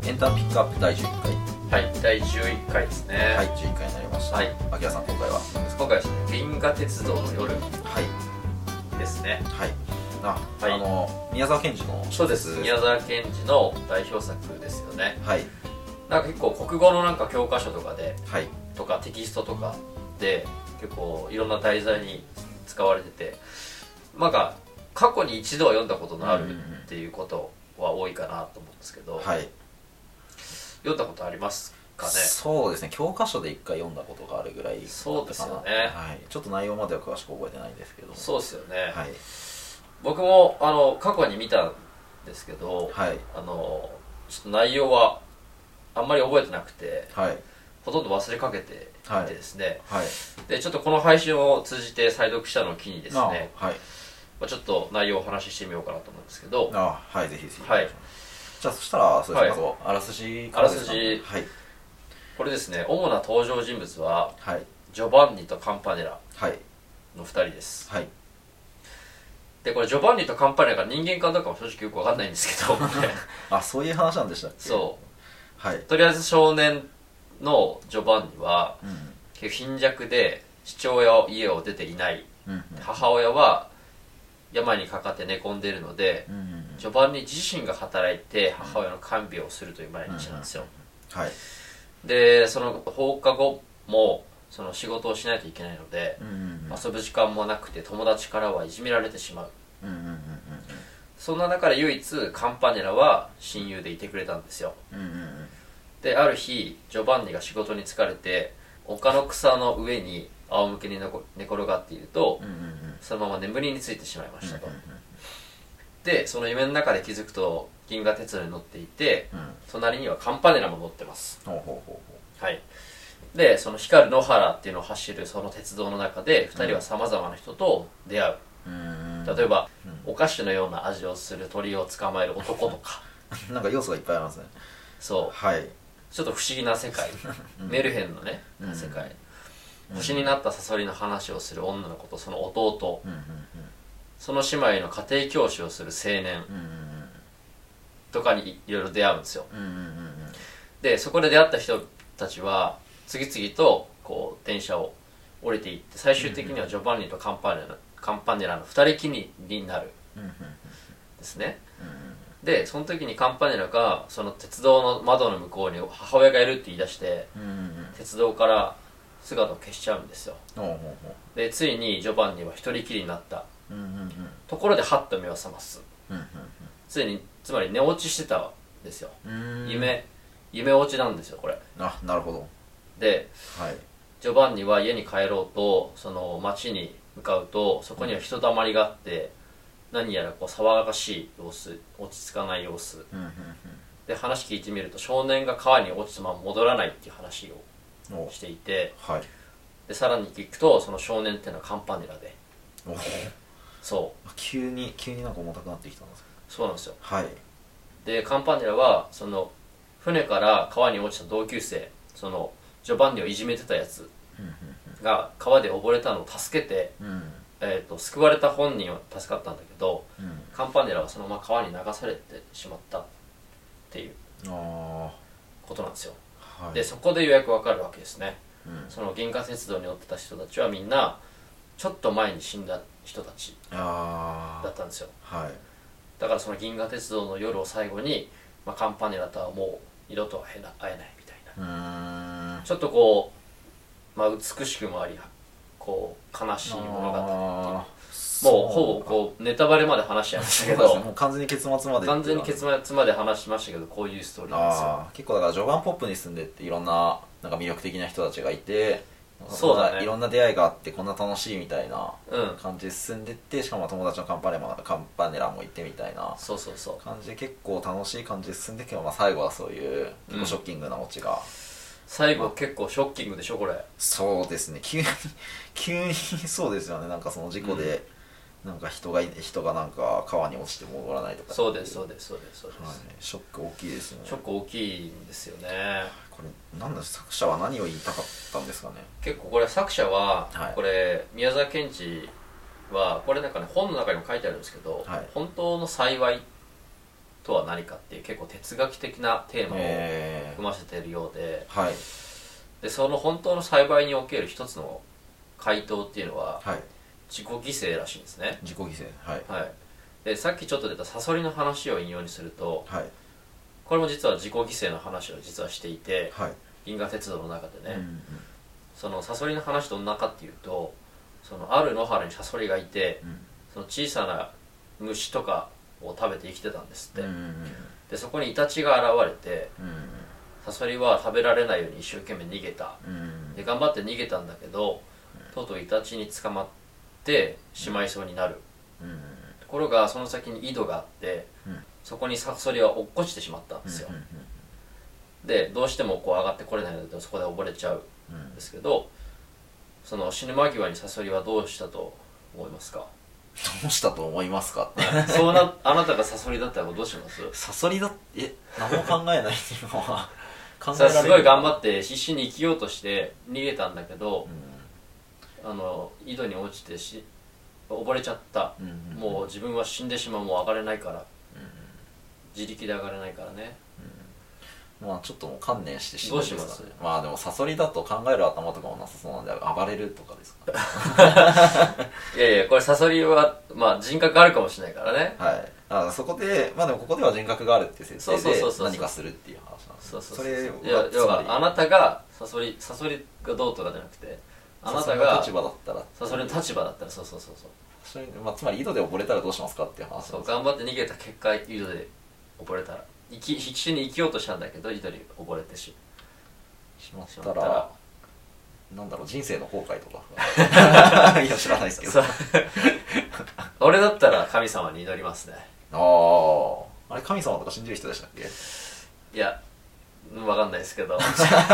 エンターピックアップ第11回。 はい、第11回ですね。 はい、11回になりました。 はい。 あきらさん、今回は何ですか？ 今回はですね、銀河鉄道の夜はいですね。 はい。 はい宮沢賢治のそうです。宮沢賢治の代表作ですよね。 はいなんか結構国語のなんか教科書とかで、 はいとかテキストとかで結構いろんな題材に使われてて、なんか過去に一度は読んだことのあるっていうことは多いかなと思うんですけど、 はい。 読んだことありますかね？ そうですね、教科書で1回読んだことがあるぐらいだったかな。 そうですよね。 はい。ちょっと内容までは詳しく覚えてないんですけど。 そうですよね。 はい僕も過去に見たんですけど、 はいちょっと内容はあんまり覚えてなくて、 はいほとんど忘れかけていてですね、 はい。 でちょっとこの配信を通じて再読したのを機にですね、 はい。 ちょっと内容をお話ししてみようかなと思うんですけど、 はい、ぜひぜひ。 はい。 じゃあそしたらそうですね、 はいまずはあらすじからですかね。 あらすじはいこれですね、主な登場人物ははいジョバンニとカンパネラはいの2人です。 はい。 でこれジョバンニとカンパネラが人間かどうかも正直よく分かんないんですけどあ、そういう話なんでしたっけ？ そうはい。 とりあえず少年のジョバンニはうん結構貧弱で父親は家を出ていない、 うんうん母親は病にかかって寝込んでいるので、 うんうんジョバンニ自身が働いて母親の看病をするという毎日なんですよ。 はい。 でその放課後もその仕事をしないといけないので、 うんうんうん遊ぶ時間もなくて友達からはいじめられてしまう。 うんうんうんそんな中で唯一カンパネラは親友でいてくれたんですよ。 うんうんうんである日ジョバンニが仕事に疲れて丘の草の上に仰向けに寝転がっていると、 うんうんうんそのまま眠りについてしまいましたと。 うんうんでその夢の中で気づくと銀河鉄道に乗っていて、 うん隣にはカンパネラも乗ってます。 ほうほうほうほはい。でその光る野原っていうのを走るその鉄道の中で2人はさまざまな人と出会う。 う。 例えば、お菓子のような味をする鳥を捕まえる男とかなんか要素がいっぱいありますね。 そうはい。 ちょっと不思議な世界、メルヘンのね、世界、星になったサソリの話をする女の子とその弟、 うんうんその姉妹の家庭教師をする青年うんうんとかにいろいろ出会うんですよ。 うんうんうんうんでそこで出会った人たちは次々とこう電車を降りていって最終的にはジョバンニとカンパネラの2人きりになるうんうんですね。でその時にカンパネラがその鉄道の窓の向こうに母親がいるって言い出してうんうんうん鉄道から姿を消しちゃうんですよ。 ほうほうほでついにジョバンニは一人きりになったううんうんうんところでハッと目を覚ます。 うんつまり寝落ちしてたんですよ。 うん夢落ちなんですよこれなるほど。 ではいジョバンニは家に帰ろうとその町に向かうとそこには人だまりがあって何やらこう騒がしい様子落ち着かない様子うんうんで話聞いてみると少年が川に落ちたまま戻らないっていう話うんおをしていてはいでさらに聞くとその少年っていうのはカンパネラでおそう急になんか重たくなってきたんですけそうなんですよ。 どはいでカンパネラはその船から川に落ちた同級生そのジョバンニをいじめてたやつが川で溺れたのを助けて、 うん救われた本人は助かったんだけどうんカンパネラはそのまま川に流されてしまったっていうあことなんですよ。 あはいでそこでようやくわかるわけですね。 うんその銀河鉄道に乗ってた人たちはみんなちょっと前に死んだ人たちあだったんですよ。 あはいだからその銀河鉄道の夜を最後に、カンパネラとはもう二度とは会えないみたいな、ちょっとこう、美しくもありこう悲しい物語っていうもうほぼこうネタバレまで話しちゃいましたけどもう完全に結末まで完全に結末まで話しましたけどこういうストーリーなんですよ。 結構だから序盤ポップに住んでっていろんななんか魅力的な人たちがいてそうだねいろんな出会いがあってこんな楽しいみたいなうん感じで進んでってしかも友達のカンパネラもいてみたいなそうそうそう感じで結構楽しい感じで進んでけど、最後はそういう結構ショッキングなオチが、 最後結構ショッキングでしょこれ。 そうですね急にそうですよねなんかその事故で、なんか人がなんか川に落ちて戻らないとかそうですそうですそうですそうです、 はい、ショック大きいですね。 ショック大きいんですよね。 これなんだ作者は何を言いたかったんですかね。 結構これ作者は、 はいこれ宮沢賢治はこれなんかね本の中にも書いてあるんですけど、 はい本当の幸いとは何かっていう結構哲学的なテーマを含ませているようで、 はい、 でその本当の栽培における一つの回答っていうのは、 はい、 自己犠牲らしいんですね。 自己犠牲、はい、 はい、でさっきちょっと出たサソリの話を引用にすると、 はい、 これも実は自己犠牲の話を実はしていて、 はい、 銀河鉄道の中でね、 うんうん、 そのサソリの話どんなかっていうと、そのある野原にサソリがいて、 うん、 その小さな虫とかを食べて生きてたんですって、 うんうん、 でそこにイタチが現れて、 うんうん、 サソリは食べられないように一生懸命逃げた、 うん、 で頑張って逃げたんだけど、とうとうイタチに捕まってしまいそうになる、 うん、 ところがその先に井戸があって、 うん、 そこにサソリは落っこちてしまったんですよ、 うんうんでどうしてもこう上がってこれないのでそこで溺れちゃうんですけど、その死ぬ間際にサソリはどうしたと思いますか？ どうしたと思いますか？ あなたがサソリだったらどうします？ サソリだって何も考えないっていうのは考えられる。 すごい頑張って必死に生きようとして逃げたんだけど、井戸に落ちて溺れちゃった、 うんうん、 もう自分は死んでしまう、もう上がれないから、自力で上がれないからね、 まあちょっともう観念してしどうします？ まあでもサソリだと考える頭とかもなさそうなんで暴れるとかですか？ いやいや、これサソリはまあ人格あるかもしれないからね。 はい、そこでまあでもここでは人格があるっていう設定で何かするっていう話なんです。 そうそれは要はあなたがサソリがどうとかじゃなくて、あなたがサソリの立場だったら、 サソリの立場だったら、そうまあ、つまり井戸で溺れたらどうしますかっていう話。 そう、頑張って逃げた結果井戸で溺れたら、必死に生きようとしたんだけど井戸に溺れてしまったらなんだろう、人生の後悔とかいや知らないですけど俺だったら神様に祈りますね。 あれ神様とか信じる人でしたっけ？ いや分かんないですけど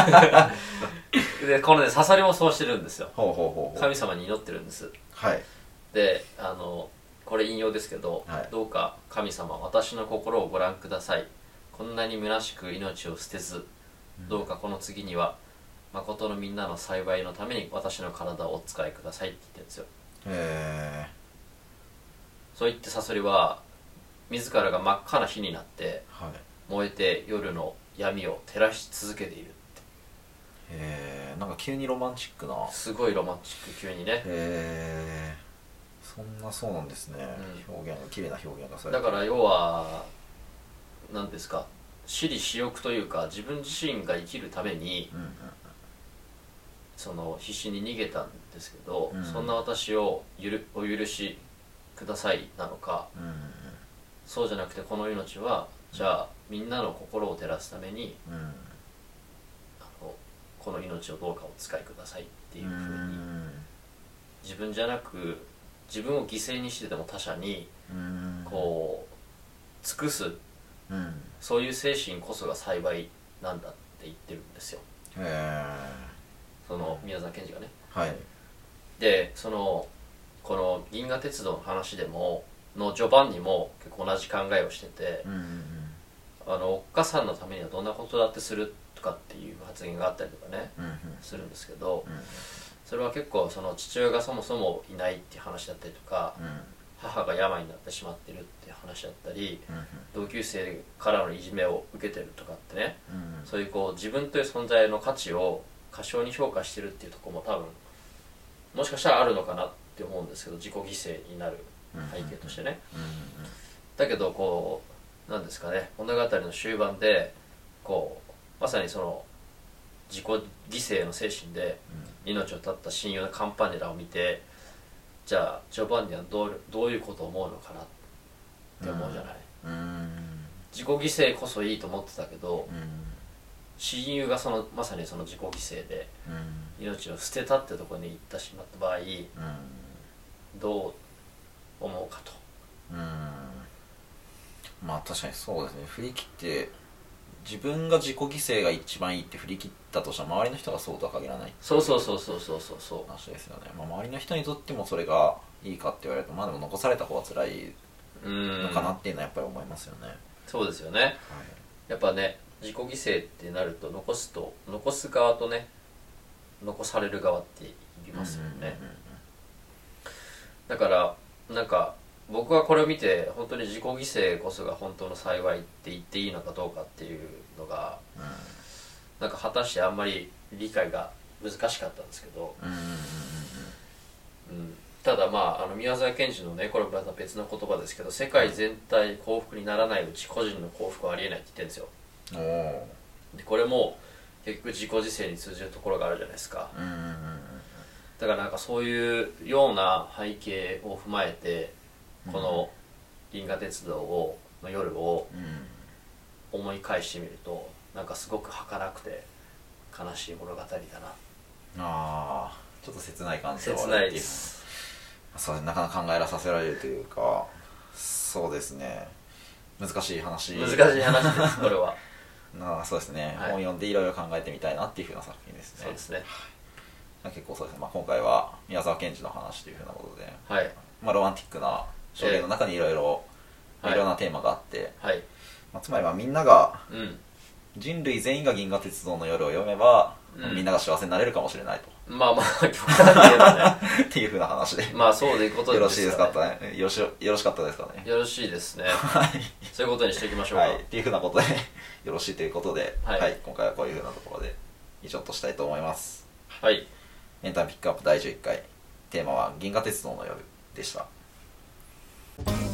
でこのねサソリもそうしてるんですよ。神様に祈ってるんです。 はい。 でこれ引用ですけど、 はい、 どうか神様私の心をご覧ください。こんなに虚しく命を捨てず、どうかこの次には誠のみんなの幸いのために私の体をお使いくださいって言ってるんですよ。そう言ってサソリは自らが真っ赤な火になって、はい、燃えて夜の闇を照らし続けているって。 なんか急にロマンチックな、 すごいロマンチック、急にね。 そうなんですね、表現が綺麗な表現がされて、だから要は何ですか、私利私欲というか自分自身が生きるために、その必死に逃げたんですけど、そんな私をお許しくださいなのか、そうじゃなくてこの命はじゃあみんなの心を照らすために、この命をどうかお使いくださいっていうふうに、自分じゃなく自分を犠牲にしてでも他者にこう尽くす、そういう精神こそが幸いなんだって言ってるんですよ。その宮沢賢治がね。 はい。でこの「銀河鉄道」の話でもの序盤にも結構同じ考えをしてて、おっかさんのためにはどんなことだってするとかっていう発言があったりとかね、するんですけど、それは結構その父親がそもそもいないっていう話だったりとか、母が病になってしまってるっていう話だったり、同級生からのいじめを受けてるとかってね、そういうこう自分という存在の価値を過小に評価してるっていうところも多分もしかしたらあるのかなって思うんですけど、自己犠牲になる背景としてね。だけどこうなんですかね、物語の終盤でこうまさにその自己犠牲の精神で命を絶った親友のカンパネラを見て、じゃあジョバンニはどういうことを思うのかなって思うじゃない。自己犠牲こそいいと思ってたけど、親友がまさにその自己犠牲で命を捨てたってところに行ってしまった場合、どう思うかと。 まあ確かにそうですね。振り切って自分が自己犠牲が一番いいって振り切ったとしたら周りの人がそうとは限らない。 そう話ですよね。周りの人にとってもそれがいいかって言われると、まあでも残された方が辛いのかなっていうのはやっぱり思いますよね。 そうですよね、やっぱね、自己犠牲ってなると残す側とね、残される側っていりますよね。だからなんか僕はこれを見て本当に自己犠牲こそが本当の幸いって言っていいのかどうかっていうのが、なんか果たしてあんまり理解が難しかったんですけど、ただまあ宮沢賢治のね、これまた別の言葉ですけど、世界全体幸福にならないうち個人の幸福はありえないって言ってるんですよ。でこれも結局自己犠牲に通じるところがあるじゃないですか。だからなんかそういうような背景を踏まえて、この銀河鉄道の夜を思い返してみると、なんかすごく儚くて悲しい物語だな。 ちょっと切ない感じ切ないです。 そう、なかなか考えさせられるというか、そうですね、難しい話ですこれは。 そうですね、本読んでいろいろ考えてみたいなっていうふうな作品ですね。 そうですね。 結構そうですね、今回は宮沢賢治の話というふうなことで、ロマンティックな証言の中にいろいろなテーマがあって、つまりみんなが、人類全員が銀河鉄道の夜を読めば、みんなが幸せになれるかもしれないと。 極端に言えばねっていうふうな話で、 そういうことです。 よろしいですかね。よろしかったですかね。 よろしいですね。そういうことにしていきましょうか。 っていうふうなことでよろしいということで、今回はこういうふうなところで以上としたいと思います。エンタメピックアップ第11回、テーマは銀河鉄道の夜でした。